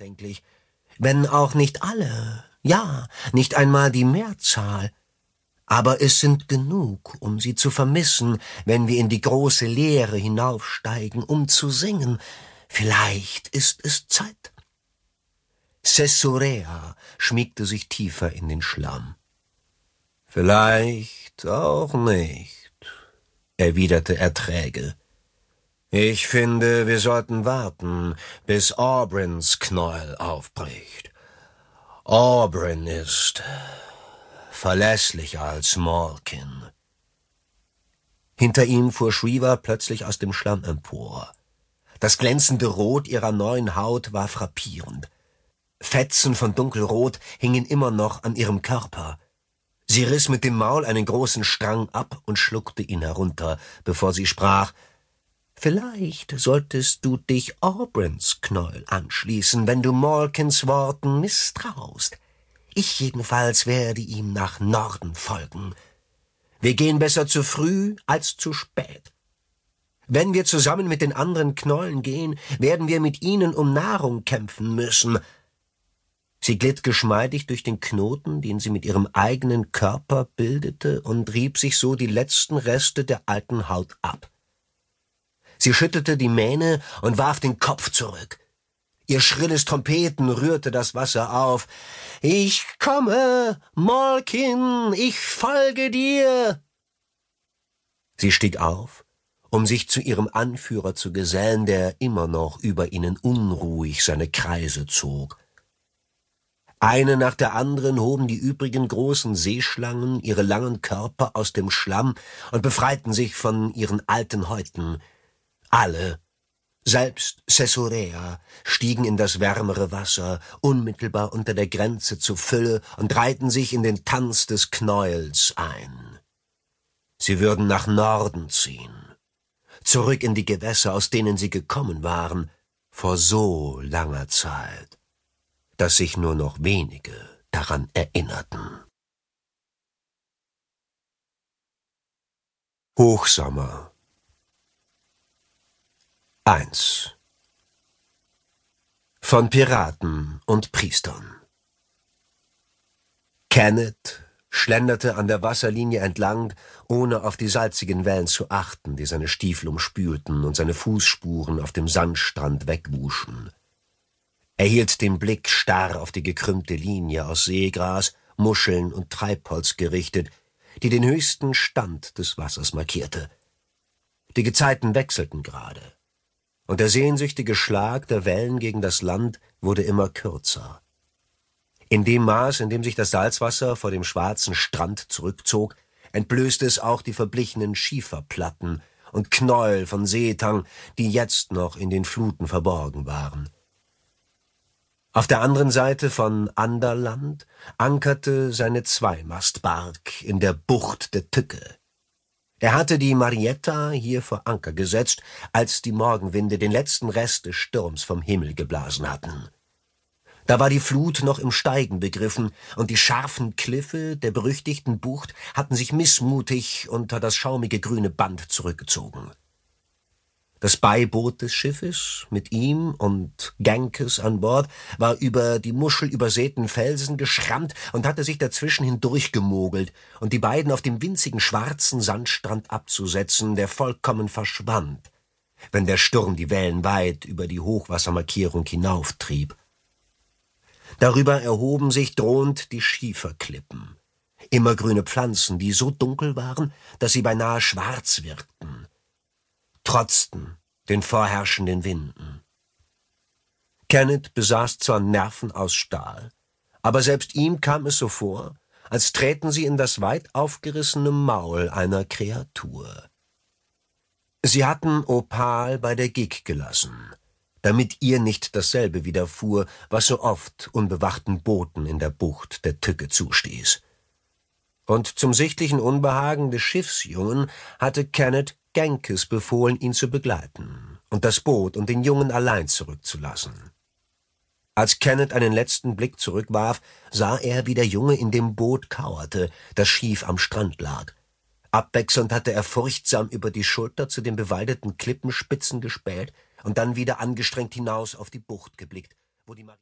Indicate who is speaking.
Speaker 1: nachdenklich. »Wenn auch nicht alle, ja, nicht einmal die Mehrzahl. Aber es sind genug, um sie zu vermissen, wenn wir in die große Leere hinaufsteigen, um zu singen. Vielleicht ist es Zeit.« Cesurea schmiegte sich tiefer in den Schlamm. »Vielleicht auch nicht«, erwiderte er träge. »Ich finde, wir sollten warten, bis Oberins Knäuel aufbricht. Oberyn ist verlässlicher als Malkin.« Hinter ihm fuhr Shriva plötzlich aus dem Schlamm empor. Das glänzende Rot ihrer neuen Haut war frappierend. Fetzen von Dunkelrot hingen immer noch an ihrem Körper. Sie riss mit dem Maul einen großen Strang ab und schluckte ihn herunter, bevor sie sprach: »Vielleicht solltest du dich Oberins Knäuel anschließen, wenn du Malkins Worten misstraust. Ich jedenfalls werde ihm nach Norden folgen. Wir gehen besser zu früh als zu spät. Wenn wir zusammen mit den anderen Knollen gehen, werden wir mit ihnen um Nahrung kämpfen müssen.« Sie glitt geschmeidig durch den Knoten, den sie mit ihrem eigenen Körper bildete, und rieb sich so die letzten Reste der alten Haut ab. Sie schüttelte die Mähne und warf den Kopf zurück. Ihr schrilles Trompeten rührte das Wasser auf. »Ich komme, Malkin, ich folge dir!« Sie stieg auf, um sich zu ihrem Anführer zu gesellen, der immer noch über ihnen unruhig seine Kreise zog. Eine nach der anderen hoben die übrigen großen Seeschlangen ihre langen Körper aus dem Schlamm und befreiten sich von ihren alten Häuten. Alle, selbst Cesurea, stiegen in das wärmere Wasser, unmittelbar unter der Grenze zur Fülle, und reihten sich in den Tanz des Knäuels ein. Sie würden nach Norden ziehen, zurück in die Gewässer, aus denen sie gekommen waren, vor so langer Zeit, dass sich nur noch wenige daran erinnerten. Hochsommer 1. Von Piraten und Priestern. Kenneth schlenderte an der Wasserlinie entlang, ohne auf die salzigen Wellen zu achten, die seine Stiefel umspülten und seine Fußspuren auf dem Sandstrand wegwuschen. Er hielt den Blick starr auf die gekrümmte Linie aus Seegras, Muscheln und Treibholz gerichtet, die den höchsten Stand des Wassers markierte. Die Gezeiten wechselten gerade, und der sehnsüchtige Schlag der Wellen gegen das Land wurde immer kürzer. In dem Maß, in dem sich das Salzwasser vor dem schwarzen Strand zurückzog, entblößte es auch die verblichenen Schieferplatten und Knäuel von Seetang, die jetzt noch in den Fluten verborgen waren. Auf der anderen Seite von Anderland ankerte seine Zweimastbark in der Bucht der Tücke. Er hatte die Marietta hier vor Anker gesetzt, als die Morgenwinde den letzten Rest des Sturms vom Himmel geblasen hatten. Da war die Flut noch im Steigen begriffen, und die scharfen Kliffe der berüchtigten Bucht hatten sich missmutig unter das schaumige grüne Band zurückgezogen. Das Beiboot des Schiffes, mit ihm und Gankes an Bord, war über die muschelübersäten Felsen geschrammt und hatte sich dazwischen hindurchgemogelt, und die beiden auf dem winzigen schwarzen Sandstrand abzusetzen, der vollkommen verschwand, wenn der Sturm die Wellen weit über die Hochwassermarkierung hinauftrieb. Darüber erhoben sich drohend die Schieferklippen, immergrüne Pflanzen, die so dunkel waren, dass sie beinahe schwarz wirkten, trotzten den vorherrschenden Winden. Kenneth besaß zwar Nerven aus Stahl, aber selbst ihm kam es so vor, als träten sie in das weit aufgerissene Maul einer Kreatur. Sie hatten Opal bei der Gig gelassen, damit ihr nicht dasselbe widerfuhr, was so oft unbewachten Booten in der Bucht der Tücke zustieß. Und zum sichtlichen Unbehagen des Schiffsjungen hatte Kenneth Gankes befohlen, ihn zu begleiten und das Boot und den Jungen allein zurückzulassen. Als Kenneth einen letzten Blick zurückwarf, sah er, wie der Junge in dem Boot kauerte, das schief am Strand lag. Abwechselnd hatte er furchtsam über die Schulter zu den bewaldeten Klippenspitzen gespäht und dann wieder angestrengt hinaus auf die Bucht geblickt, wo die